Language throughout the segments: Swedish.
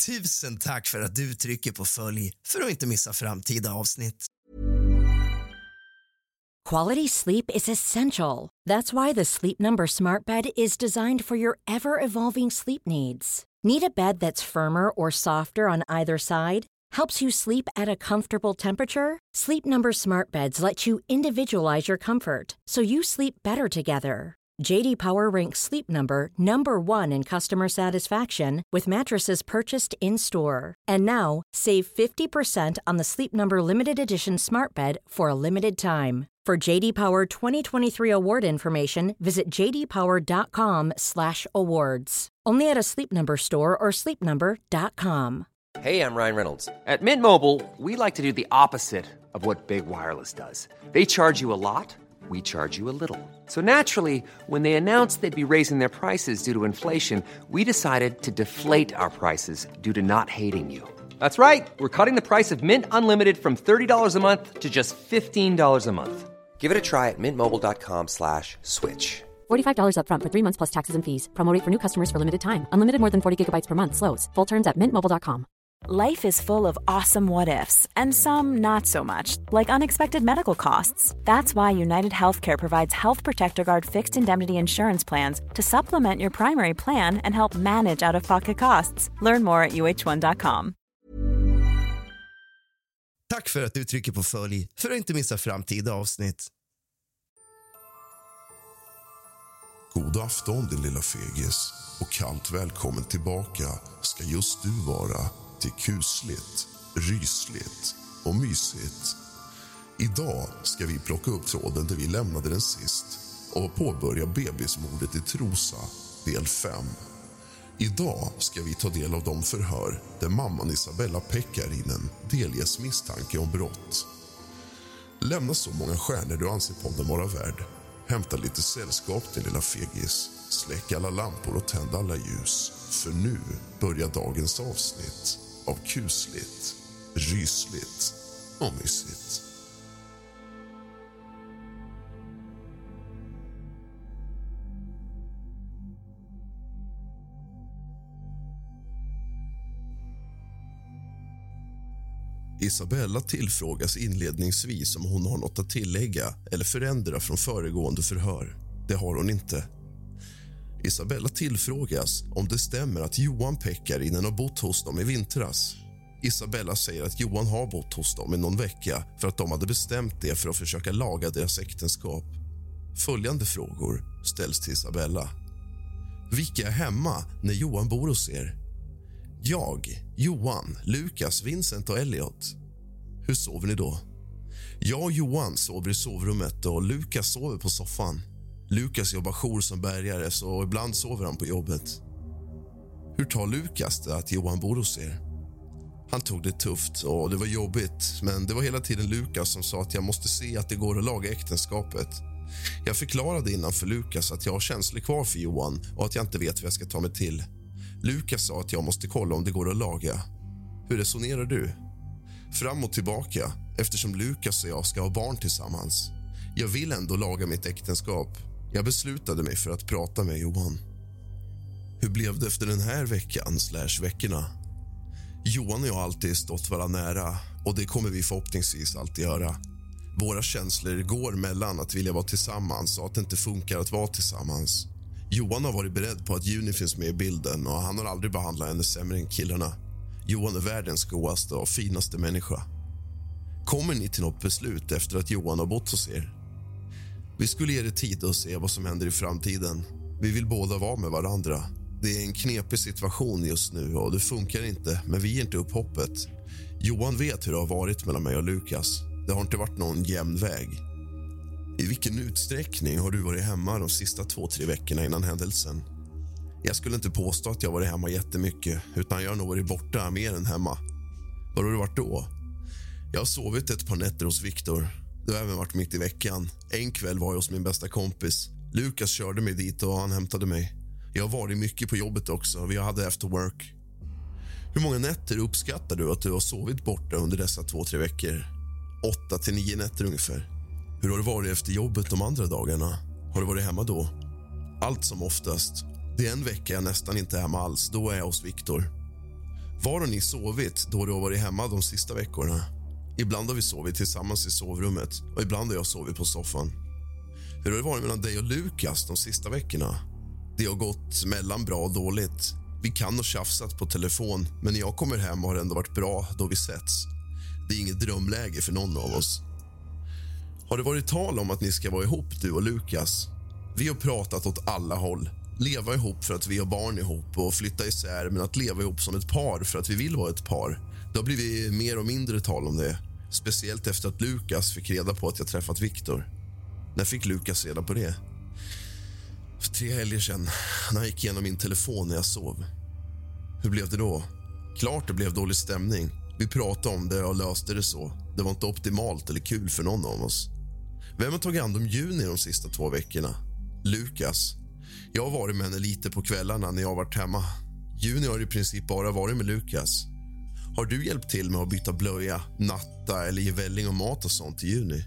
Tusen tack för att du trycker på följ för att inte missa framtida avsnitt. Quality sleep is essential. That's why the Sleep Number Smart Bed is designed for your ever-evolving sleep needs. Need a bed that's firmer or softer on either side? Helps you sleep at a comfortable temperature? Sleep Number Smart Beds let you individualize your comfort so you sleep better together. JD Power ranks Sleep Number number 1 in customer satisfaction with mattresses purchased in-store. And now, save 50% on the Sleep Number Limited Edition Smart Bed for a limited time. For JD Power 2023 award information, visit jdpower.com/awards. Only at a Sleep Number store or sleepnumber.com. Hey, I'm Ryan Reynolds. At Mint Mobile, we like to do the opposite of what Big Wireless does. They charge you a lot, we charge you a little. So naturally, when they announced they'd be raising their prices due to inflation, we decided to deflate our prices due to not hating you. That's right. We're cutting the price of Mint Unlimited from $30 a month to just $15 a month. Give it a try at mintmobile.com/switch. $45 up front for 3 months plus taxes and fees. Promo rate for new customers for limited time. Unlimited more than 40 gigabytes per month slows. Full terms at mintmobile.com. Life is full of awesome what-ifs, and some not so much, like unexpected medical costs. That's why United Healthcare provides Health Protector Guard fixed indemnity insurance plans to supplement your primary plan and help manage out-of-pocket costs. Learn more at uh1.com. Tack för att du trycker på följ för att inte missa framtida avsnitt. God afton din lilla fegis och kallt välkommen tillbaka ska just du vara till kusligt, rysligt och mysigt. Idag ska vi plocka upp tråden där vi lämnade den sist och påbörja bebismordet i Trosa, del 5. Idag ska vi ta del av de förhör där mamman Isabella Pekkarinen delges misstanke om brott. Lämna så många stjärnor du anser podden vara värd. Hämta lite sällskap din lilla fegis. Släck alla lampor och tänd alla ljus. För nu börjar dagens avsnitt av kusligt, rysligt och mysigt. Isabella tillfrågas inledningsvis om hon har något att tillägga eller förändra från föregående förhör. Det har hon inte. Isabella tillfrågas om det stämmer att Johan Pekkarinen har bott hos dem i vintras. Isabella säger att Johan har bott hos dem i någon vecka för att de hade bestämt det för att försöka laga deras äktenskap. Följande frågor ställs till Isabella. Vilka är hemma när Johan bor hos er? Jag, Johan, Lukas, Vincent och Elliot. Hur sover ni då? Jag och Johan sover i sovrummet och Lukas sover på soffan. Lukas jobbar jour som bärgare så ibland sover han på jobbet. Hur tar Lukas det att Johan bor hos er? Han tog det tufft och det var jobbigt, men det var hela tiden Lukas som sa att jag måste se att det går att laga äktenskapet. Jag förklarade innan för Lukas att jag har känslor kvar för Johan och att jag inte vet vad jag ska ta mig till. Lukas sa att jag måste kolla om det går att laga. Hur resonerar du? Fram och tillbaka, eftersom Lukas och jag ska ha barn tillsammans. Jag vill ändå laga mitt äktenskap. Jag beslutade mig för att prata med Johan. Hur blev det efter den här veckan/veckorna? Johan och jag har alltid stått varandra nära och det kommer vi förhoppningsvis alltid göra. Våra känslor går mellan att vilja vara tillsammans och att det inte funkar att vara tillsammans. Johan har varit beredd på att Juni finns med i bilden och han har aldrig behandlat henne sämre än killarna. Johan är världens godaste och finaste människa. Kommer ni till något beslut efter att Johan har bott hos er? Vi skulle ge det tid att se vad som händer i framtiden. Vi vill båda vara med varandra. Det är en knepig situation just nu och det funkar inte, men vi ger inte upp hoppet. Johan vet hur det har varit mellan mig och Lukas. Det har inte varit någon jämn väg. I vilken utsträckning har du varit hemma de sista 2-3 veckorna innan händelsen? Jag skulle inte påstå att jag varit hemma jättemycket, utan jag har nog varit borta mer än hemma. Var har du varit då? Jag har sovit ett par nätter hos Viktor. Det har även varit mitt i veckan. En kväll var jag hos min bästa kompis. Lukas körde mig dit och han hämtade mig. Jag har varit mycket på jobbet också. Vi hade after work. Hur många nätter uppskattar du att du har sovit borta under dessa 2-3 veckor? 8-9 nätter ungefär. Hur har det varit efter jobbet de andra dagarna? Har du varit hemma då? Allt som oftast. Det är en vecka jag nästan inte är hemma alls. Då är jag hos Viktor. Var har ni sovit då du har varit hemma de sista veckorna? Ibland har vi sovit tillsammans i sovrummet och ibland har jag sovit på soffan. Hur har det varit mellan dig och Lukas de sista veckorna? Det har gått mellan bra och dåligt. Vi kan ha tjafsat på telefon, men när jag kommer hem har det ändå varit bra då vi setts. Det är inget drömläge för någon av oss. Har det varit tal om att ni ska vara ihop, du och Lukas? Vi har pratat åt alla håll. Leva ihop för att vi har barn ihop och flytta isär, men att leva ihop som ett par för att vi vill vara ett par. Det har blivit mer och mindre tal om det. Speciellt efter att Lukas fick reda på att jag träffat Viktor. När fick Lukas reda på det? För 3 helger sedan, när han gick igenom min telefon när jag sov. Hur blev det då? Klart det blev dålig stämning. Vi pratade om det och löste det så. Det var inte optimalt eller kul för någon av oss. Vem har tagit hand om Juni de sista 2 veckorna? Lukas. Jag har varit med henne lite på kvällarna när jag har varit hemma. Juni har i princip bara varit med Lukas. Har du hjälpt till med att byta blöja, natta eller ge välling och mat och sånt till Juni?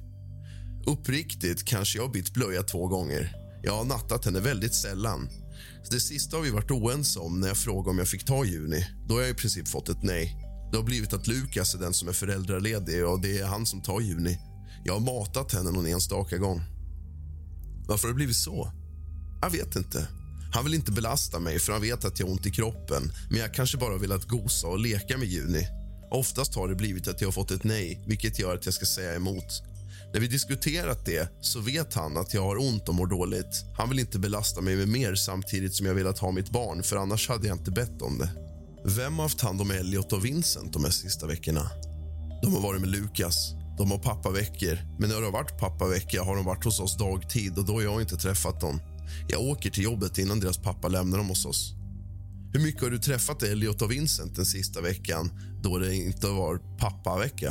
Uppriktigt kanske jag har bytt blöja 2 gånger. Jag har nattat henne väldigt sällan. Det sista har vi varit oense om när jag frågade om jag fick ta Juni. Då har jag i princip fått ett nej. Det har blivit att Lukas är den som är föräldraledig och det är han som tar Juni. Jag har matat henne någon enstaka gång. Varför har det blivit så? Jag vet inte. Han vill inte belasta mig för han vet att jag har ont i kroppen. Men jag kanske bara velat gosa och leka med Juni. Oftast har det blivit att jag har fått ett nej, vilket gör att jag ska säga emot. När vi diskuterat det så vet han att jag har ont och mår dåligt. Han vill inte belasta mig med mer samtidigt som jag velat ha mitt barn, för annars hade jag inte bett om det. Vem har haft hand om Elliot och Vincent de här sista veckorna? De har varit med Lukas. De har pappaveckor, men när det har varit pappavecka har de varit hos oss dagtid och då har jag inte träffat dem. Jag åker till jobbet innan deras pappa lämnar dem hos oss. Hur mycket har du träffat Elliot och Vincent den sista veckan då det inte var pappavecka?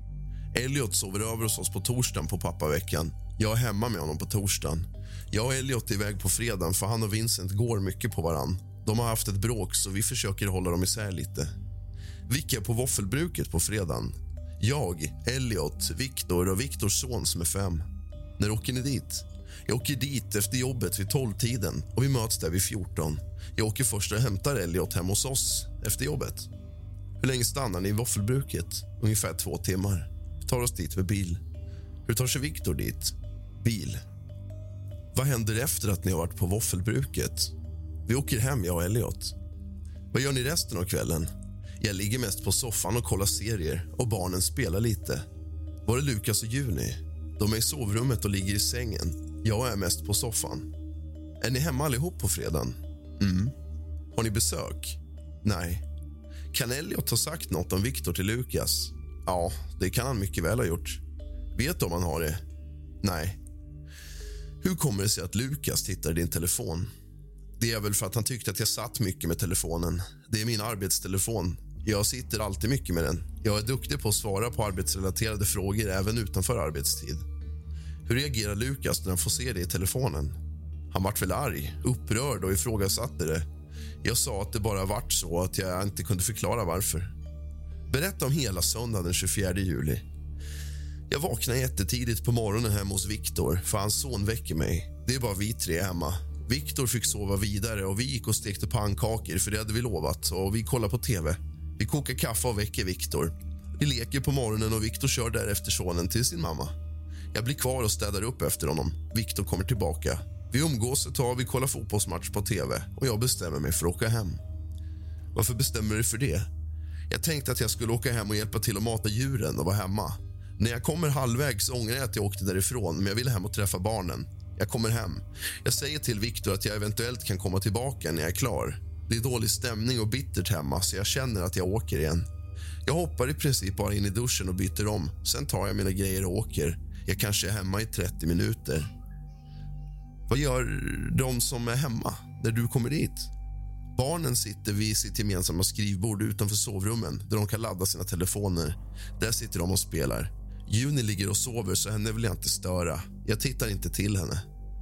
Elliot sover över hos oss på torsdagen på pappaveckan. Jag är hemma med honom på torsdagen. Jag och Elliot är iväg på fredagen för han och Vincent går mycket på varann. De har haft ett bråk så vi försöker hålla dem isär lite. Vilka är på våffelbruket på fredagen? Jag, Elliot, Viktor och Viktors son som är 5. När åker ni dit? Jag åker dit efter jobbet vid 12-tiden och vi möts där vid 14. Jag åker först och hämtar Elliot hem hos oss efter jobbet. Hur länge stannar ni i våffelbruket? Ungefär 2 timmar. Vi tar oss dit med bil. Hur tar sig Viktor dit? Bil. Vad händer efter att ni har varit på våffelbruket? Vi åker hem, jag och Elliot. Vad gör ni resten av kvällen? Jag ligger mest på soffan och kollar serier och barnen spelar lite. Var är Lukas och Juni? De är i sovrummet och ligger i sängen. Jag är mest på soffan. Är ni hemma allihop på fredagen? Har ni besök? Nej. Kan Elliot ha sagt något om Viktor till Lukas? Ja, det kan han mycket väl ha gjort. Vet du om han har det? Nej. Hur kommer det sig att Lukas tittar i din telefon? Det är väl för att han tyckte att jag satt mycket med telefonen. Det är min arbetstelefon. Jag sitter alltid mycket med den. Jag är duktig på att svara på arbetsrelaterade frågor även utanför arbetstid. Hur reagerar Lukas när han får se det i telefonen? Han vart väl arg, upprörd och ifrågasatte det. Jag sa att det bara varit så att jag inte kunde förklara varför. Berätta om hela söndagen den 24 juli. Jag vaknade jättetidigt på morgonen hemma hos Viktor för hans son väcker mig. Det är bara vi 3 hemma. Viktor fick sova vidare och vi gick och stekte pannkakor för det hade vi lovat och vi kollade på tv. Vi kokar kaffe och väcker Viktor. Vi leker på morgonen och Viktor kör därefter sonen till sin mamma. Jag blir kvar och städar upp efter honom. Viktor kommer tillbaka. Vi umgås ett tag, vi kollar fotbollsmatch på tv och jag bestämmer mig för att åka hem. Varför bestämmer du för det? Jag tänkte att jag skulle åka hem och hjälpa till att mata djuren och vara hemma. När jag kommer halvvägs ångrar jag att jag åkte därifrån, men jag ville hem och träffa barnen. Jag kommer hem. Jag säger till Viktor att jag eventuellt kan komma tillbaka när jag är klar. Det är dålig stämning och bittert hemma så jag känner att jag åker igen. Jag hoppar i princip bara in i duschen och byter om. Sen tar jag mina grejer och åker. Jag kanske är hemma i 30 minuter. Vad gör de som är hemma när du kommer dit? Barnen sitter vid sitt gemensamma skrivbord utanför sovrummen där de kan ladda sina telefoner. Där sitter de och spelar. Juni ligger och sover så henne vill jag inte störa. Jag tittar inte till henne.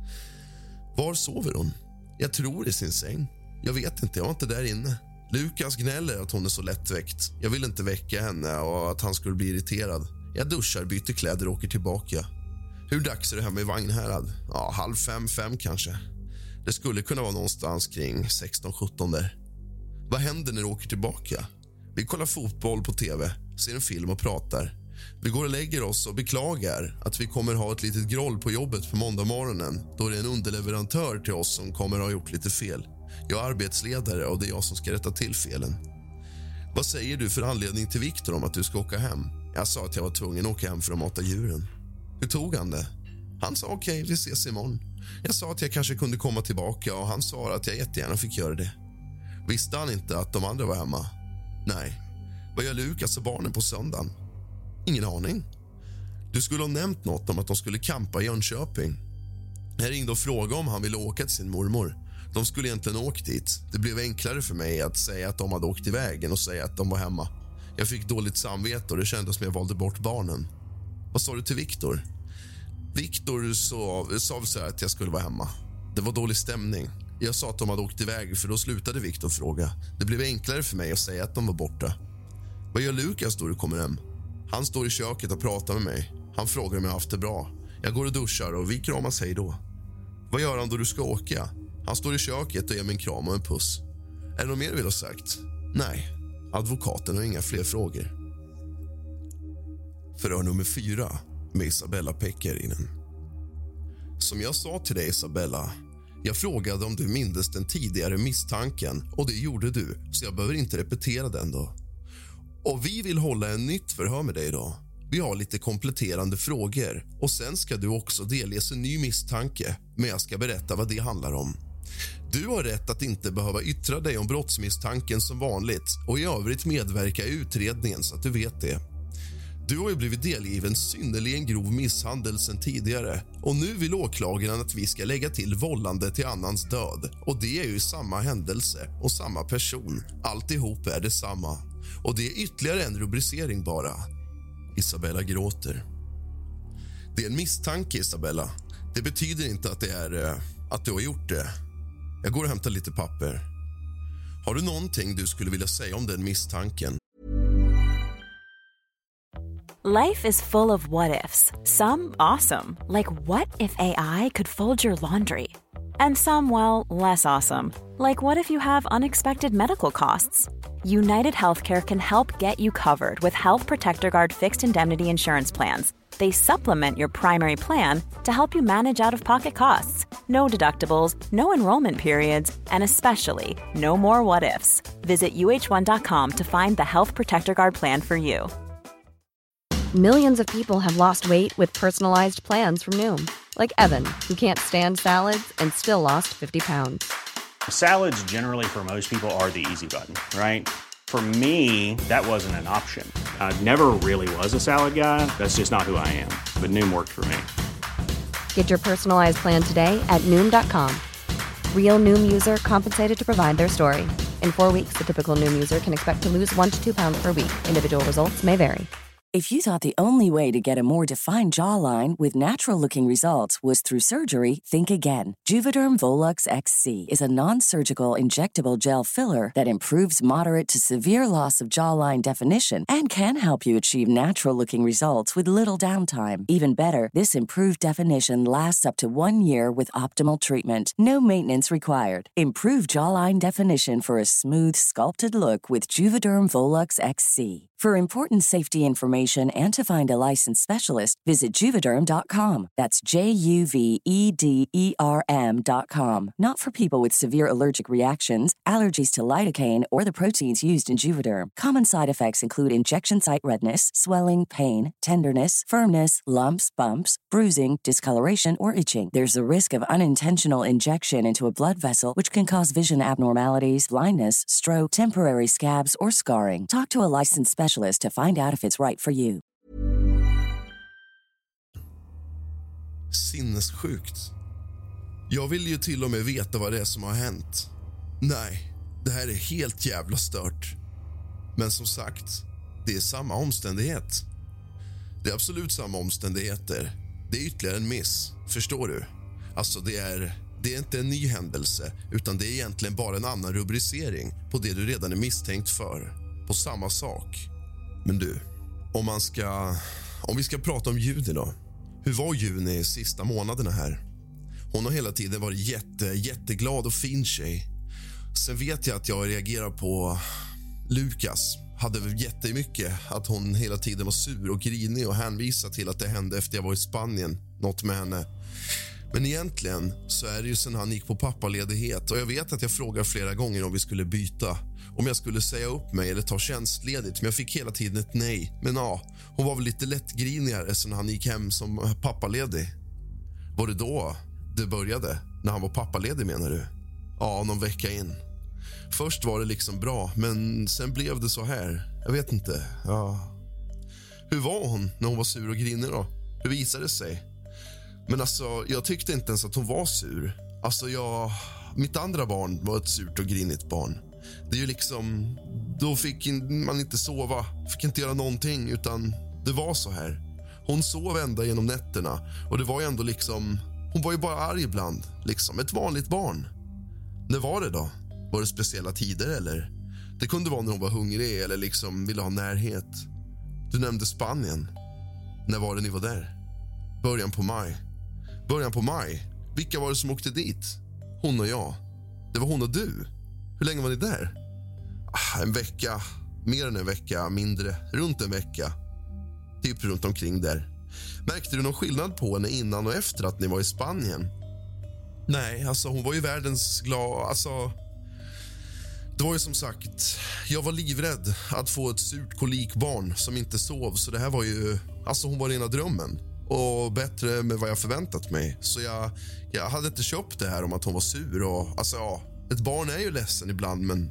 Var sover hon? Jag tror i sin säng. Jag vet inte, jag var inte där inne. Lukas gnäller att hon är så lättväckt. Jag vill inte väcka henne och att han skulle bli irriterad. Jag duschar, byter kläder och åker tillbaka. Hur dags är det hemma i Vagnhärad? Ja, 4:30 kanske. Det skulle kunna vara någonstans kring 16-17 där. Vad händer när du åker tillbaka? Vi kollar fotboll på tv, ser en film och pratar. Vi går och lägger oss och beklagar att vi kommer ha ett litet groll på jobbet på måndag morgonen då det är en underleverantör till oss som kommer ha gjort lite fel. Jag är arbetsledare och det är jag som ska rätta till felen. Vad säger du för anledning till Viktor om att du ska åka hem? Jag sa att jag var tvungen att åka hem för att mata djuren. Hur tog han det? Han sa okej, vi ses imorgon. Jag sa att jag kanske kunde komma tillbaka och han sa att jag jättegärna fick göra det. Visste han inte att de andra var hemma? Nej. Vad gör Lukas och barnen på söndagen? Ingen aning. Du skulle ha nämnt något om att de skulle campa i Jönköping. Jag ringde och frågade om han ville åka till sin mormor. De skulle egentligen åka dit. Det blev enklare för mig att säga att de hade åkt iväg än att säga att de var hemma. Jag fick dåligt samvete och det kändes som jag valde bort barnen. Vad sa du till Viktor? Viktor sa så här att jag skulle vara hemma. Det var dålig stämning. Jag sa att de hade åkt iväg för då slutade Viktor fråga. Det blev enklare för mig att säga att de var borta. Vad gör Lukas då du kommer hem? Han står i köket och pratar med mig. Han frågar om jag har haft det bra. Jag går och duschar och vi kramas hej då. Vad gör han då du ska åka? Han står i köket och ger mig en kram och en puss. Är det något mer du vill ha sagt? Nej, advokaten har inga fler frågor. Förhör nummer 4 med Isabella Pekkarinen. Som jag sa till dig, Isabella, jag frågade om du mindes den tidigare misstanken och det gjorde du, så jag behöver inte repetera den då. Och vi vill hålla en nytt förhör med dig idag. Vi har lite kompletterande frågor och sen ska du också delges en ny misstanke, men jag ska berätta vad det handlar om. Du har rätt att inte behöva yttra dig om brottsmisstanken som vanligt och i övrigt medverka i utredningen så att du vet det. Du har ju blivit delgiven synnerligen grov misshandel sedan tidigare och nu vill åklagaren att vi ska lägga till vållande till annans död och det är ju samma händelse och samma person. Alltihop är detsamma och det är ytterligare en rubricering bara. Isabella gråter. Det är en misstanke, Isabella. Det betyder inte att det är att du har gjort det. Jag går och hämtar lite papper. Har du någonting du skulle vilja säga om den misstanken? Life is full of what-ifs. Some awesome, like what if AI could fold your laundry? And some, well, less awesome, like what if you have unexpected medical costs? United Healthcare can help get you covered with Health Protector Guard fixed indemnity insurance plans. They supplement your primary plan to help you manage out-of-pocket costs. No deductibles, no enrollment periods, and especially no more what-ifs. Visit uh1.com to find the Health Protector Guard plan for you. Millions of people have lost weight with personalized plans from Noom. Like Evan, who can't stand salads and still lost 50 pounds. Salads generally for most people are the easy button, right? For me, that wasn't an option. I never really was a salad guy. That's just not who I am. But Noom worked for me. Get your personalized plan today at Noom.com. Real Noom user compensated to provide their story. In 4 weeks, the typical Noom user can expect to lose 1 to 2 pounds per week. Individual results may vary. If you thought the only way to get a more defined jawline with natural-looking results was through surgery, think again. Juvederm Volux XC is a non-surgical injectable gel filler that improves moderate to severe loss of jawline definition and can help you achieve natural-looking results with little downtime. Even better, this improved definition lasts up to 1 year with optimal treatment. No maintenance required. Improve jawline definition for a smooth, sculpted look with Juvederm Volux XC. For important safety information and to find a licensed specialist, visit Juvederm.com. That's JUVEDERM.com. Not for people with severe allergic reactions, allergies to lidocaine, or the proteins used in Juvederm. Common side effects include injection site redness, swelling, pain, tenderness, firmness, lumps, bumps, bruising, discoloration, or itching. There's a risk of unintentional injection into a blood vessel, which can cause vision abnormalities, blindness, stroke, temporary scabs, or scarring. Talk to a licensed specialist to find out if it's right for you. Sinnessjukt. Jag vill ju till och med veta vad det är som har hänt. Nej, det här är helt jävla stört. Men som sagt, det är samma omständighet. Det är absolut samma omständigheter. Det är ytterligare en miss, förstår du? Alltså det är inte en ny händelse, utan det är egentligen bara en annan rubricering på det du redan är misstänkt för. På samma sak. Men du, om vi ska prata om Juni då. Hur var Juni sista månaderna här? Hon har hela tiden varit jätteglad och fin tjej. Sen vet jag att jag reagerar på Lukas. hade jättemycket att hon hela tiden var sur och grinig och hänvisade till att det hände efter jag var i Spanien, något med henne. Men egentligen så är det ju sen han gick på pappaledighet och jag vet att jag frågade flera gånger om vi skulle byta, om jag skulle säga upp mig eller ta tjänstledigt, men jag fick hela tiden ett nej. Men ja, hon var väl lite lättgrinigare sen han gick hem som pappaledig. Var det då det började? När han var pappaledig menar du? Ja, någon vecka in. Först var det liksom bra, men sen blev det så här. Jag vet inte. Ja. Hur var hon när hon var sur och grinig då? Hur visade det sig? Men alltså, jag tyckte inte ens att hon var sur. Alltså, mitt andra barn var ett surt och grinigt barn. Det är ju liksom, då fick man inte sova, fick inte göra någonting, utan det var så här. Hon sov ända genom nätterna och det var ju ändå liksom, hon var ju bara arg ibland, liksom ett vanligt barn. När var det då? Var det speciella tider eller? Det kunde vara när hon var hungrig eller liksom ville ha närhet. Du nämnde Spanien. När var det ni var där? Början på maj. Början på maj? Vilka var det som åkte dit? Hon och jag. Det var hon och du. Hur länge var ni där? En vecka. Mer än en vecka, mindre. Runt en vecka. Typ runt omkring där. Märkte du någon skillnad på henne innan och efter att ni var i Spanien? Nej, alltså hon var ju världens glad... Alltså... Det var ju som sagt, jag var livrädd att få ett surt kolikbarn som inte sov. Så det här var ju, alltså hon var rena drömmen. Och bättre med vad jag förväntat mig. Så jag hade inte köpt det här om att hon var sur. Och, alltså ja, ett barn är ju ledsen ibland, men...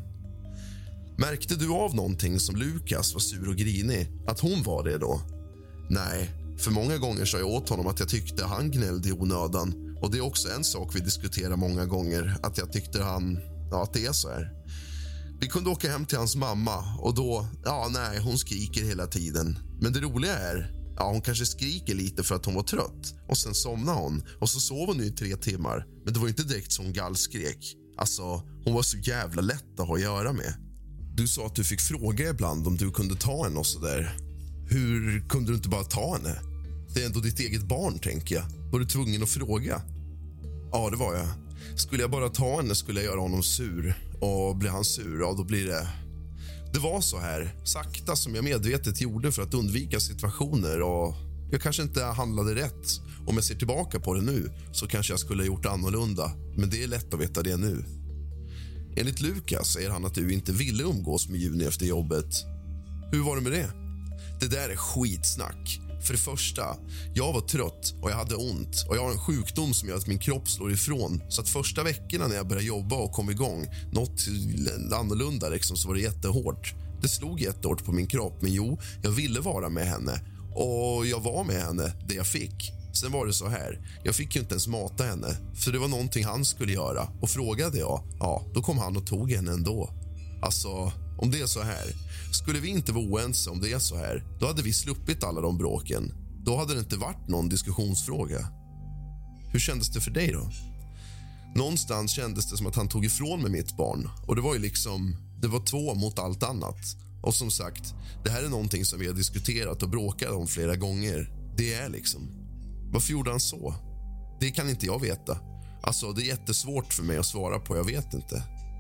Märkte du av någonting som Lukas var sur och grinig? Att hon var det då? Nej, för många gånger sa jag åt honom att jag tyckte han gnällde i onödan. Och det är också en sak vi diskuterar många gånger. Att jag tyckte att det är så här. Vi kunde åka hem till hans mamma och då, hon skriker hela tiden. Men det roliga är, hon kanske skriker lite för att hon var trött. Och sen somnade hon och så sov hon i 3 timmar. Men det var inte direkt som gallskrek. Alltså, hon var så jävla lätt att ha att göra med. Du sa att du fick fråga ibland om du kunde ta henne och så där. Hur kunde du inte bara ta henne? Det är ändå ditt eget barn, tänker jag. Var du tvungen att fråga? Ja, det var jag. Skulle jag bara ta henne skulle jag göra honom sur. Och blir han sur, då blir det... Det var så här, sakta som jag medvetet gjorde för att undvika situationer. Och jag kanske inte handlade rätt. Om jag ser tillbaka på det nu så kanske jag skulle ha gjort annorlunda. Men det är lätt att veta det nu. Enligt Lukas säger han att du inte ville umgås med Juni efter jobbet. Hur var det med det? Det där är skitsnack. För det första, jag var trött och jag hade ont. Och jag har en sjukdom som gör att min kropp slår ifrån. Så att första veckorna när jag började jobba och kom igång något annorlunda liksom, så var det jättehårt. Det slog jättehårt på min kropp. Men jo, jag ville vara med henne. Och jag var med henne, det jag fick. Sen var det så här, jag fick ju inte ens mata henne. För det var någonting han skulle göra. Och frågade jag, då kom han och tog henne ändå. Alltså, om det är så här, skulle vi inte vara oense om det är så här, då hade vi sluppit alla de bråken. Då hade det inte varit någon diskussionsfråga. Hur kändes det för dig då? Någonstans kändes det som att han tog ifrån mig mitt barn. Och det var ju liksom, det var 2 mot allt annat. Och som sagt, det här är någonting som vi har diskuterat och bråkat om flera gånger. Det är liksom, varför gjorde han så? Det kan inte jag veta. Alltså, det är jättesvårt för mig att svara på, jag vet inte.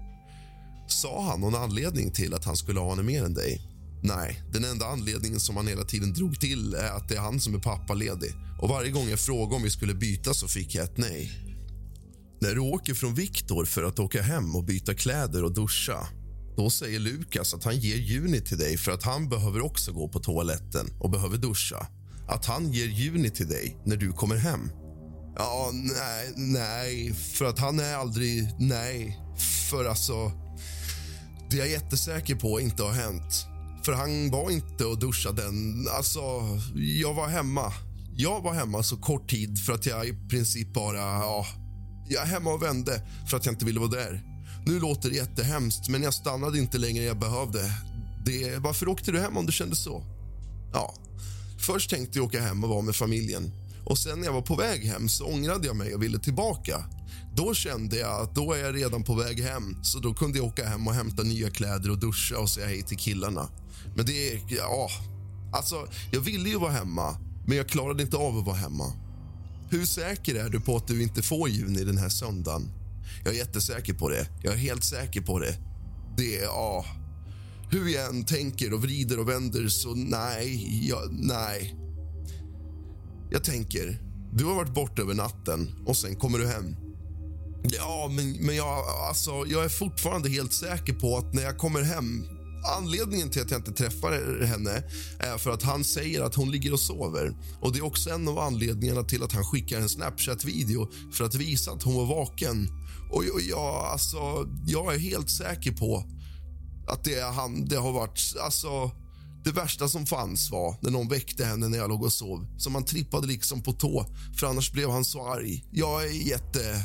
Sa han någon anledning till att han skulle ha henne mer än dig? Nej, den enda anledningen som han hela tiden drog till är att det är han som är pappaledig. Och varje gång jag frågade om vi skulle byta så fick jag ett nej. När du åker från Viktor för att åka hem och byta kläder och duscha, då säger Lukas att han ger Juni till dig för att han behöver också gå på toaletten och behöver duscha. Att han ger Juni till dig när du kommer hem. Ja, nej, för att han är aldrig... Nej, för alltså... Det är jag jättesäker på inte har hänt. För han var inte och duschade den. Alltså, jag var hemma. Jag var hemma så kort tid för att jag i princip bara... jag är hemma och vände för att jag inte ville vara där. Nu låter det jättehemskt, men jag stannade inte längre än jag behövde. Varför åkte du hem om du kände så? Ja, först tänkte jag åka hem och vara med familjen. Och sen när jag var på väg hem så ångrade jag mig och ville tillbaka. Då kände jag att då är jag redan på väg hem. Så då kunde jag åka hem och hämta nya kläder och duscha och säga hej till killarna. Men det är... Alltså, jag ville ju vara hemma, men jag klarade inte av att vara hemma. Hur säker är du på att du inte får Juni den här söndagen? Jag är jättesäker på det. Jag är helt säker på det. Det är... Hur jag än tänker och vrider och vänder så nej. Jag tänker, du har varit borta över natten och sen kommer du hem. Ja, men jag är fortfarande helt säker på att när jag kommer hem... Anledningen till att jag inte träffar henne är för att han säger att hon ligger och sover. Och det är också en av anledningarna till att han skickar en Snapchat-video för att visa att hon var vaken. Och jag är helt säker på att det har varit... Det värsta som fanns var när någon väckte henne när jag låg och sov. Så man trippade liksom på tå, för annars blev han så arg. Jag är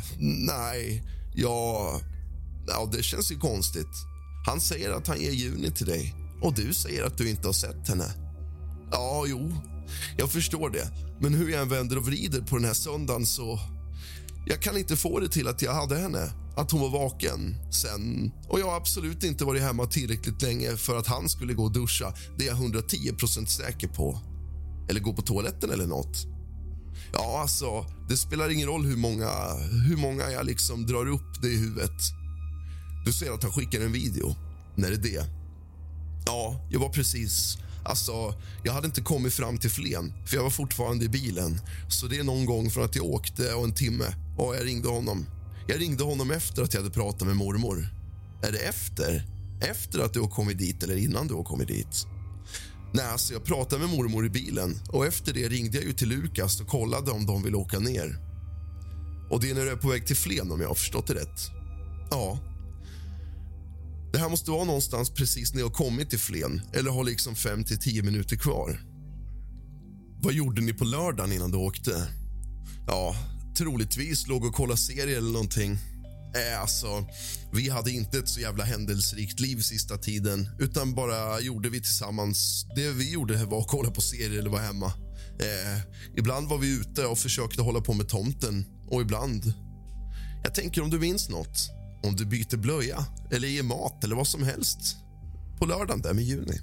det känns ju konstigt. Han säger att han ger Juni till dig och du säger att du inte har sett henne. Ja, jo, jag förstår det. Men hur jag än vänder och vrider på den här söndagen så... Jag kan inte få det till att jag hade henne. Att hon var vaken sen. Och jag har absolut inte varit hemma tillräckligt länge för att han skulle gå och duscha. Det är jag 110% säker på. Eller gå på toaletten eller något. Ja, det spelar ingen roll hur många jag liksom drar upp det i huvudet. Du ser att han skickar en video. När är det? Ja, jag var precis... jag hade inte kommit fram till Flen, för jag var fortfarande i bilen. Så det är någon gång från att jag åkte och en timme. Och jag ringde honom. Jag ringde honom efter att jag hade pratat med mormor. Är det efter? Efter att du har kommit dit eller innan du har kommit dit? Nej, jag pratade med mormor i bilen. Och efter det ringde jag ju till Lukas och kollade om de ville åka ner. Och det är när du är på väg till Flen, om jag har förstått det rätt. Ja. Det här måste vara någonstans precis när jag kommit till Flen. Eller har liksom 5-10 minuter kvar. Vad gjorde ni på lördagen innan du åkte? Ja, troligtvis låg och kolla serier eller någonting. Vi hade inte ett så jävla händelserikt liv sista tiden. Utan bara gjorde vi tillsammans. Det vi gjorde var att kolla på serier eller vara hemma. Ibland var vi ute och försökte hålla på med tomten. Och ibland... Jag tänker om du minns något. Om du byter blöja eller ger mat eller vad som helst. På lördagen där med Juni.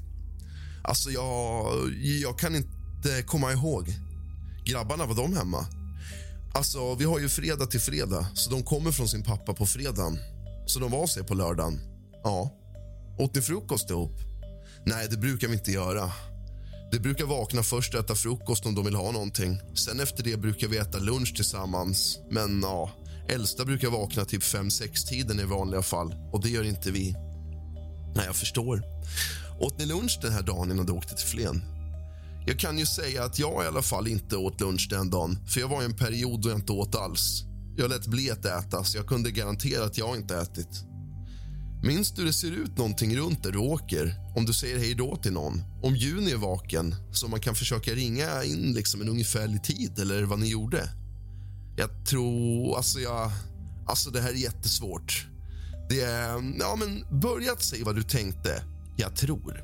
Jag kan inte komma ihåg. Grabbarna, var de hemma? Vi har ju fredag till fredag. Så de kommer från sin pappa på fredagen. Så de var sig på lördagen. Ja. Åt ni frukost ihop? Nej, det brukar vi inte göra. Det brukar vakna först och äta frukost om de vill ha någonting. Sen efter det brukar vi äta lunch tillsammans. Men ja, äldsta brukar vakna typ 5-6-tiden i vanliga fall. Och det gör inte vi. Nej, jag förstår. Åt ni lunch den här dagen innan du åkte till Flen? Jag kan ju säga att jag i alla fall inte åt lunch den dagen. För jag var i en period då jag inte åt alls. Jag lät bli att äta, så jag kunde garantera att jag inte ätit. Minns du det ser ut någonting runt där du åker? Om du säger hej då till någon. Om Juni är vaken, så man kan försöka ringa in liksom en ungefärlig tid. Eller vad ni gjorde. Jag tror... det här är jättesvårt. Det är... Ja, men börja att säga vad du tänkte. Jag tror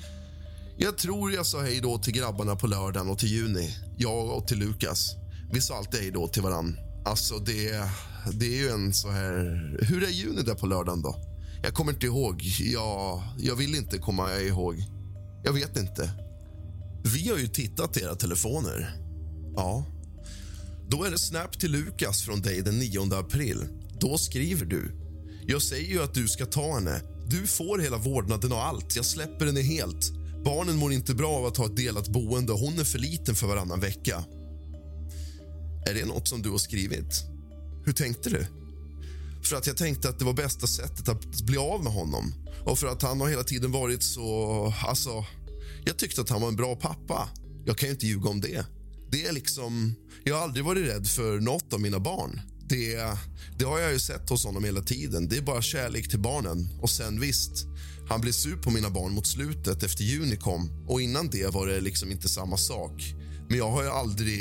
jag sa hej då till grabbarna på lördagen och till Juni. Jag och till Lukas. Vi sa alltid hej då till varann. Det är ju en så här... Hur är Juni där på lördagen då? Jag kommer inte ihåg. Jag vill inte komma ihåg. Jag vet inte. Vi har ju tittat i era telefoner. Ja. Då är det snap till Lukas från dig den 9 april. Då skriver du: jag säger ju att du ska ta henne. Du får hela vårdnaden och allt. Jag släpper henne helt. Barnen mår inte bra av att ha ett delat boende. Hon är för liten för varannan vecka. Är det något som du har skrivit? Hur tänkte du? För att jag tänkte att det var bästa sättet att bli av med honom. Och för att han har hela tiden varit så... jag tyckte att han var en bra pappa. Jag kan ju inte ljuga om det. Det är liksom... Jag har aldrig varit rädd för något av mina barn. Det har jag ju sett hos honom hela tiden. Det är bara kärlek till barnen. Och sen visst, han blev sur på mina barn mot slutet efter Juni kom. Och innan det var det liksom inte samma sak. Men jag har ju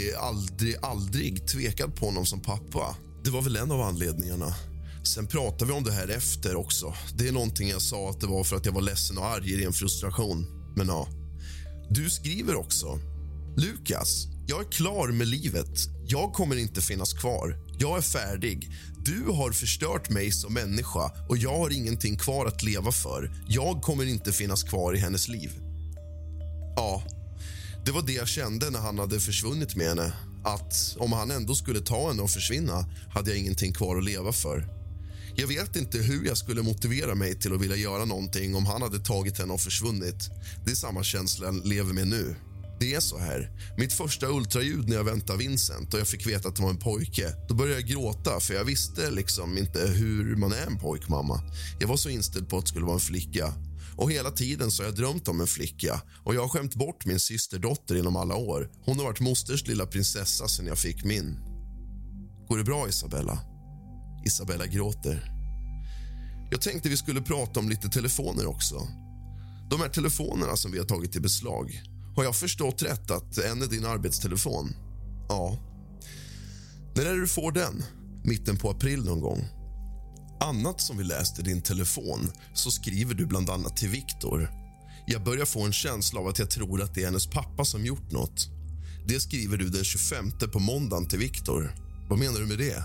aldrig tvekat på honom som pappa. Det var väl en av anledningarna. Sen pratade vi om det här efter också. Det är någonting jag sa att det var för att jag var ledsen och arg i ren frustration. Men ja. Du skriver också: Lukas, jag är klar med livet. Jag kommer inte finnas kvar. Jag är färdig. Du har förstört mig som människa och jag har ingenting kvar att leva för. Jag kommer inte finnas kvar i hennes liv. Ja, det var det jag kände när han hade försvunnit med henne. Att om han ändå skulle ta henne och försvinna hade jag ingenting kvar att leva för. Jag vet inte hur jag skulle motivera mig till att vilja göra någonting om han hade tagit henne och försvunnit. Det är samma känsla jag lever med nu. Det är så här. Mitt första ultraljud när jag väntade Vincent och jag fick veta att det var en pojke, då började jag gråta för jag visste liksom inte hur man är en pojkmamma. Jag var så inställd på att det skulle vara en flicka. Och hela tiden så har jag drömt om en flicka och jag har skämt bort min systerdotter inom alla år. Hon har varit mosters lilla prinsessa sedan jag fick min. Går det bra, Isabella? Isabella gråter. Jag tänkte vi skulle prata om lite telefoner också. De här telefonerna som vi har tagit i beslag. Har jag förstått rätt att en är din arbetstelefon? Ja. När är det du får den? Mitten på april någon gång. Annat som vi läste i din telefon så skriver du bland annat till Viktor. Jag börjar få en känsla av att jag tror att det är hennes pappa som gjort något. Det skriver du den 25 på måndagen till Viktor. Vad menar du med det?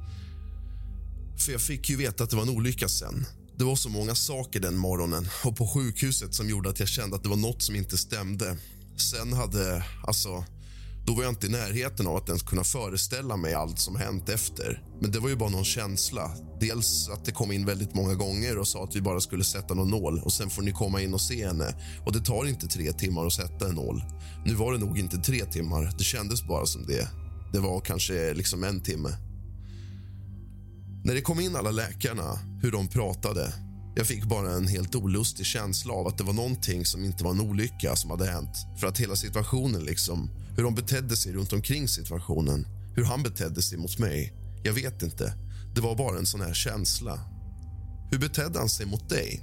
För jag fick ju veta att det var en olycka sen. Det var så många saker den morgonen och på sjukhuset som gjorde att jag kände att det var något som inte stämde. Sen då var jag inte i närheten av att ens kunna föreställa mig allt som hänt efter. Men det var ju bara någon känsla. Dels att det kom in väldigt många gånger och sa att vi bara skulle sätta någon nål. Och sen får ni komma in och se henne. Och det tar inte 3 timmar att sätta en nål. Nu var det nog inte 3 timmar. Det kändes bara som det. Det var kanske liksom 1 timme. När det kom in alla läkarna, hur de pratade. Jag fick bara en helt olustig känsla av att det var någonting som inte var en olycka som hade hänt. För att hela situationen liksom, hur de betedde sig runt omkring situationen. Hur han betedde sig mot mig. Jag vet inte. Det var bara en sån här känsla. Hur betedde han sig mot dig?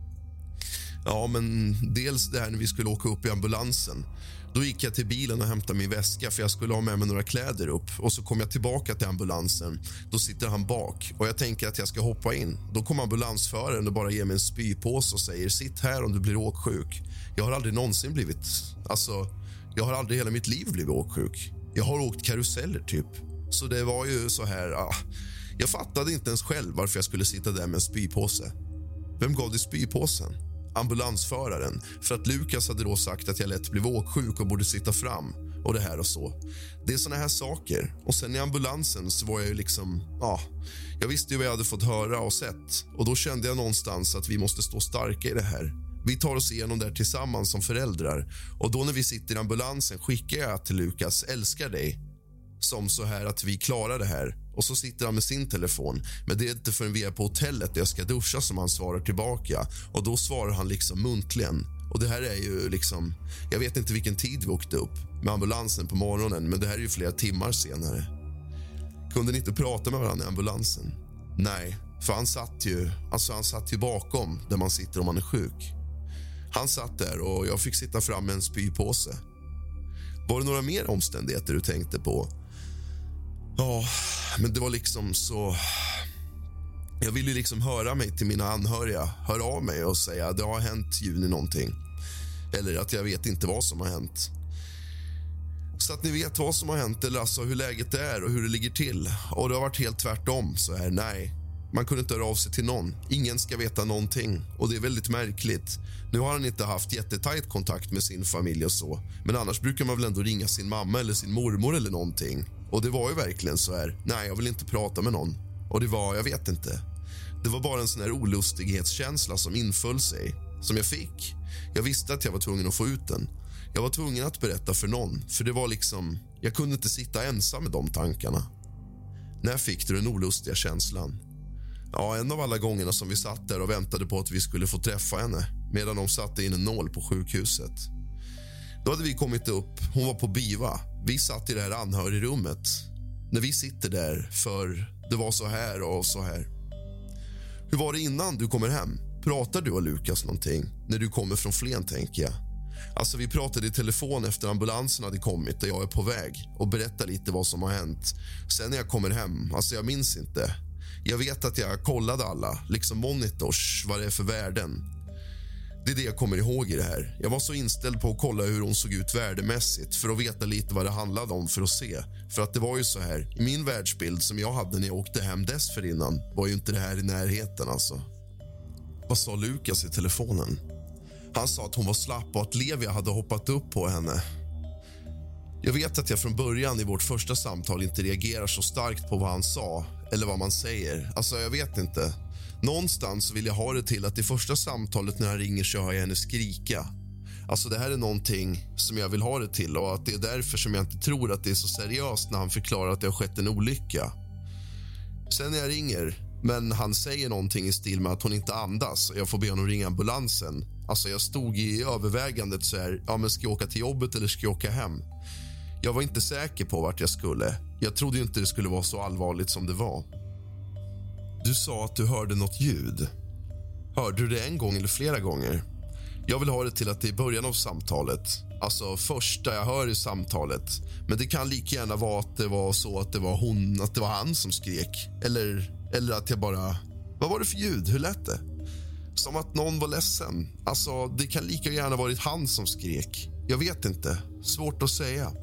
Ja, men dels det här när vi skulle åka upp i ambulansen. Då gick jag till bilen och hämtade min väska för jag skulle ha med mig några kläder upp. Och så kom jag tillbaka till ambulansen. Då sitter han bak och jag tänker att jag ska hoppa in. Då kommer ambulansföraren och bara ger mig en spypåse och säger sitt här om du blir åksjuk. Jag har aldrig någonsin blivit... jag har aldrig hela mitt liv blivit åksjuk. Jag har åkt karuseller typ. Så det var ju så här... Jag fattade inte ens själv varför jag skulle sitta där med en spypåse. Vem gav dig spypåsen? Ambulansföraren, för att Lukas hade då sagt att jag lätt blev åksjuk och borde sitta fram och det här och så. Det är såna här saker. Och sen i ambulansen så var jag ju liksom, jag visste ju vad jag hade fått höra och sett. Och då kände jag någonstans att vi måste stå starka i det här. Vi tar oss igenom där tillsammans som föräldrar. Och då när vi sitter i ambulansen skickar jag till Lukas, älskar dig. Som så här att vi klarar det här. Och så sitter han med sin telefon. Men det är inte förrän vi är på hotellet och jag ska duscha som han svarar tillbaka. Och då svarar han liksom muntligen. Och det här är ju liksom... Jag vet inte vilken tid vi åkte upp med ambulansen på morgonen. Men det här är ju flera timmar senare. Kunde ni inte prata med varandra i ambulansen? Nej, för han satt ju bakom där man sitter om man är sjuk. Han satt där och jag fick sitta fram med en spypåse. Var det några mer omständigheter du tänkte på? Ja, men det var liksom så... Jag ville liksom höra mig till mina anhöriga. Höra av mig och säga att det har hänt juni någonting. Eller att jag vet inte vad som har hänt. Så att ni vet vad som har hänt eller alltså hur läget är och hur det ligger till. Och det har varit helt tvärtom så här, nej. Man kunde inte höra av sig till någon. Ingen ska veta någonting. Och det är väldigt märkligt. Nu har han inte haft jättetajt kontakt med sin familj och så. Men annars brukar man väl ändå ringa sin mamma eller sin mormor eller någonting. Och det var ju verkligen så här. Nej, jag vill inte prata med någon. Och det var, jag vet inte. Det var bara en sån här olustighetskänsla som inföll sig. Som jag fick. Jag visste att jag var tvungen att få ut den. Jag var tvungen att berätta för någon. För det var liksom, jag kunde inte sitta ensam med de tankarna. När fick du den olustiga känslan? Ja, en av alla gångerna som vi satt där och väntade på att vi skulle få träffa henne. Medan de satte in en nål på sjukhuset. Då hade vi kommit upp, hon var på BIVA. Vi satt i det här anhörigrummet. När vi sitter där, för det var så här och så här. Hur var det innan du kommer hem? Pratar du och Lukas någonting? När du kommer från Flen, tänker jag. Alltså vi pratade i telefon efter ambulansen hade kommit och jag är på väg. Och berättar lite vad som har hänt. Sen när jag kommer hem, alltså jag minns inte. Jag vet att jag kollade alla, liksom monitors, vad det är för värden. Det är det jag kommer ihåg i det här. Jag var så inställd på att kolla hur hon såg ut värdemässigt för att veta lite vad det handlade om för att se. För att det var ju så här, i min världsbild som jag hade när jag åkte hem dessförinnan var ju inte det här i närheten alltså. Vad sa Lukas i telefonen? Han sa att hon var slapp och att Levi hade hoppat upp på henne. Jag vet att jag från början i vårt första samtal inte reagerar så starkt på vad han sa. Eller vad man säger. Alltså jag vet inte. Någonstans vill jag ha det till att i första samtalet när han ringer så hör jag henne skrika. Alltså det här är någonting som jag vill ha det till och att det är därför som jag inte tror att det är så seriöst när han förklarar att det har skett en olycka. Sen när jag ringer, men han säger någonting i stil med att hon inte andas och jag får be honom ringa ambulansen. Alltså jag stod i övervägandet så här, ja men ska jag åka till jobbet eller ska jag åka hem? Jag var inte säker på vart jag skulle. Jag trodde ju inte det skulle vara så allvarligt som det var. Du sa att du hörde något ljud. Hörde du det en gång eller flera gånger? Jag vill ha det till att det är början av samtalet. Alltså första jag hör i samtalet. Men det kan lika gärna vara att det var så att det var hon, att det var han som skrek. Eller att jag bara... Vad var det för ljud? Hur lät det? Som att någon var ledsen. Alltså det kan lika gärna varit han som skrek. Jag vet inte. Svårt att säga.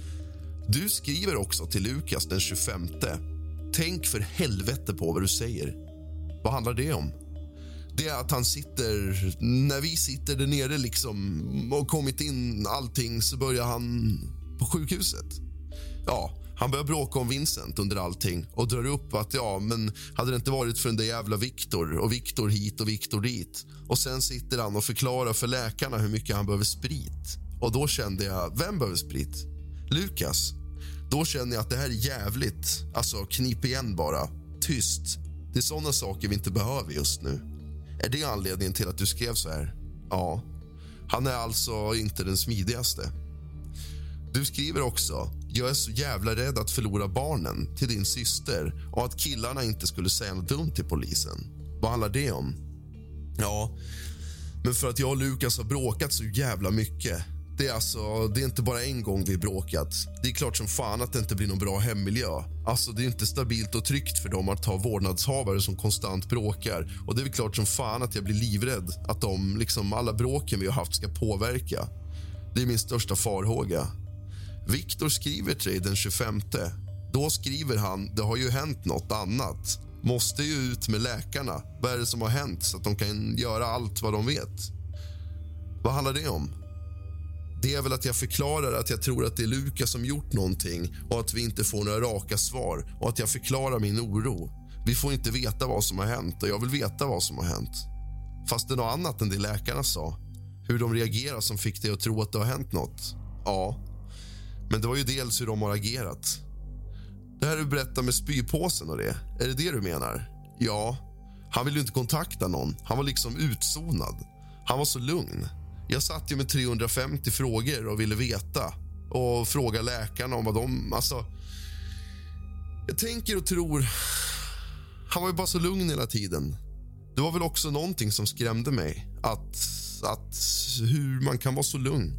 Du skriver också till Lukas den 25. Tänk för helvete på vad du säger. Vad handlar det om? Det är att han sitter... När vi sitter där nere liksom och kommit in allting så börjar han på sjukhuset. Ja, han börjar bråka om Vincent under allting och drar upp att ja, men hade det inte varit för den där jävla Viktor och Viktor hit och Viktor dit. Och sen sitter han och förklarar för läkarna hur mycket han behöver sprit. Och då kände jag, vem behöver sprit? Lukas. Då känner jag att det här är jävligt. Alltså knip igen bara. Tyst. Det är såna saker vi inte behöver just nu. Är det anledningen till att du skrev så här? Ja. Han är alltså inte den smidigaste. Du skriver också: jag är så jävla rädd att förlora barnen till din syster och att killarna inte skulle säga något dumt till polisen. Vad handlar det om? Ja, men för att jag och Lukas har bråkat så jävla mycket. Det är inte bara en gång vi bråkat. Det är klart som fan att det inte blir någon bra hemmiljö. Alltså det är inte stabilt och tryggt för dem att ha vårdnadshavare som konstant bråkar. Och det är väl klart som fan att jag blir livrädd att de, liksom alla bråken vi har haft, ska påverka. Det är min största farhåga. Viktor skriver till dig den 25. Då skriver han, det har ju hänt något annat. Måste ju ut med läkarna. Vad är det som har hänt så att de kan göra allt vad de vet? Vad handlar det om? Det är väl att jag förklarar att jag tror att det är Lukas som gjort någonting och att vi inte får några raka svar och att jag förklarar min oro. Vi får inte veta vad som har hänt och jag vill veta vad som har hänt. Fast det är något annat än det läkarna sa. Hur de reagerar som fick dig att tro att det har hänt något. Ja, men det var ju dels hur de har agerat. Det här du berättar med spypåsen och det, är det du menar? Ja, han ville ju inte kontakta någon. Han var liksom utzonad. Han var så lugn. Jag satt ju med 350 frågor och ville veta. Och fråga läkarna om vad de... Alltså, jag tänker och tror... Han var ju bara så lugn hela tiden. Det var väl också någonting som skrämde mig. Att hur man kan vara så lugn.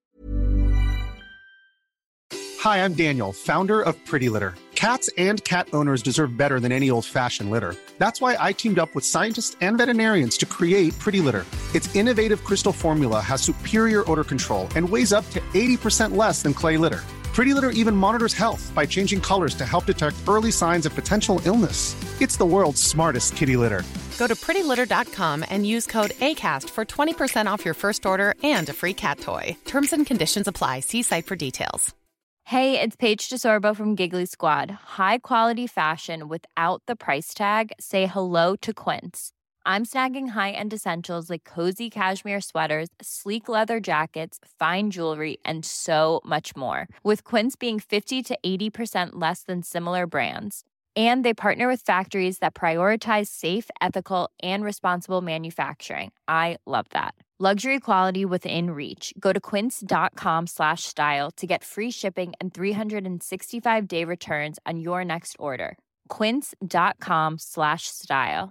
Hi, I'm Daniel, founder of Pretty Litter. Cats and cat owners deserve better than any old-fashioned litter. That's why I teamed up with scientists and veterinarians to create Pretty Litter. Its innovative crystal formula has superior odor control and weighs up to 80% less than clay litter. Pretty Litter even monitors health by changing colors to help detect early signs of potential illness. It's the world's smartest kitty litter. Go to prettylitter.com and use code ACAST for 20% off your first order and a free cat toy. Terms and conditions apply. See site for details. Hey, it's Paige DeSorbo from Giggly Squad. High quality fashion without the price tag. Say hello to Quince. I'm snagging high-end essentials like cozy cashmere sweaters, sleek leather jackets, fine jewelry, and so much more. With Quince being 50 to 80% less than similar brands. And they partner with factories that prioritize safe, ethical, and responsible manufacturing. I love that. Luxury quality within reach. Go to quince.com/style to get free shipping and 365-day returns on your next order. Quince.com/style.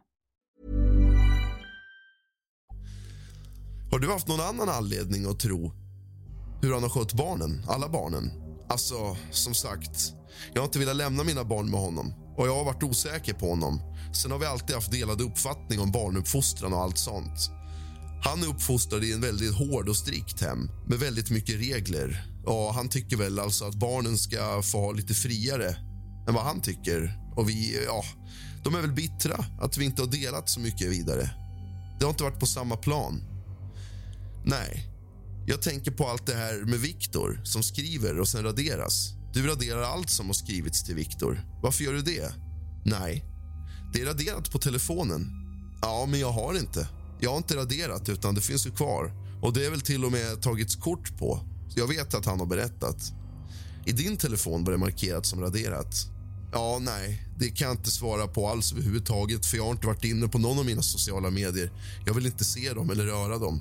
Har du haft någon annan anledning att tro hur han har skött barnen, alla barnen? Alltså, som sagt, jag har inte velat lämna mina barn med honom och jag har varit osäker på honom. Sen har vi alltid haft delad uppfattning om barnuppfostran och allt sånt. Han är uppfostrad i en väldigt hård och strikt hem med väldigt mycket regler. Och han tycker väl alltså att barnen ska få ha lite friare än vad han tycker. Och vi, ja, de är väl bittra att vi inte har delat så mycket vidare. Det har inte varit på samma plan. Nej, jag tänker på allt det här med Viktor som skriver och sen raderas. Du raderar allt som har skrivits till Viktor. Varför gör du det? Nej. Det är raderat på telefonen. Ja, men jag har inte raderat utan det finns ju kvar. Och det är väl till och med tagits kort på. Så jag vet att han har berättat. I din telefon var det markerat som raderat. Ja, nej, det kan jag inte svara på alls överhuvudtaget för jag har inte varit inne på någon av mina sociala medier. Jag vill inte se dem eller röra dem.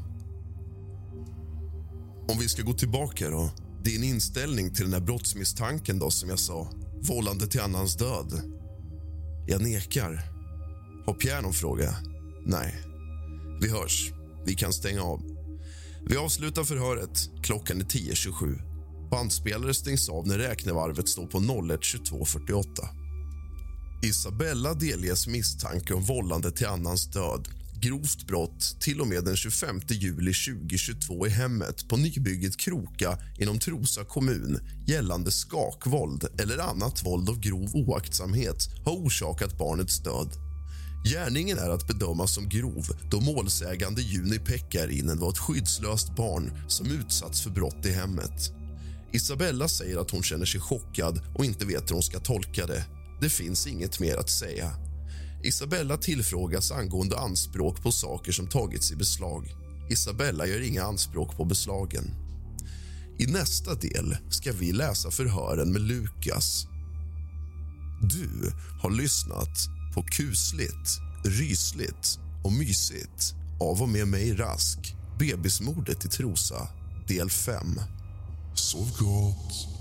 Om vi ska gå tillbaka då. Din inställning till den här brottsmisstanken då som jag sa. Vållande till annans död. Jag nekar. Har Pierre någon fråga? Nej. Vi hörs. Vi kan stänga av. Vi avslutar förhöret. Klockan är 10:27. Bandspelare stängs av när räknevarvet står på 01:22:48. Isabella delges misstanke om vållande till annans död. Grovt brott till och med den 25 juli 2022 i hemmet på nybygget Kroka inom Trosa kommun gällande skakvåld eller annat våld av grov oaktsamhet har orsakat barnets död. Gärningen är att bedömas som grov då målsägande Juni Pekkarinen var ett skyddslöst barn som utsatts för brott i hemmet. Isabella säger att hon känner sig chockad och inte vet hur hon ska tolka det. Det finns inget mer att säga. Isabella tillfrågas angående anspråk på saker som tagits i beslag. Isabella gör inga anspråk på beslagen. I nästa del ska vi läsa förhören med Lukas. Du har lyssnat på Kusligt, Rysligt och Mysigt av och med mig Rask. Bebismordet i Trosa, del 5. Sov gott.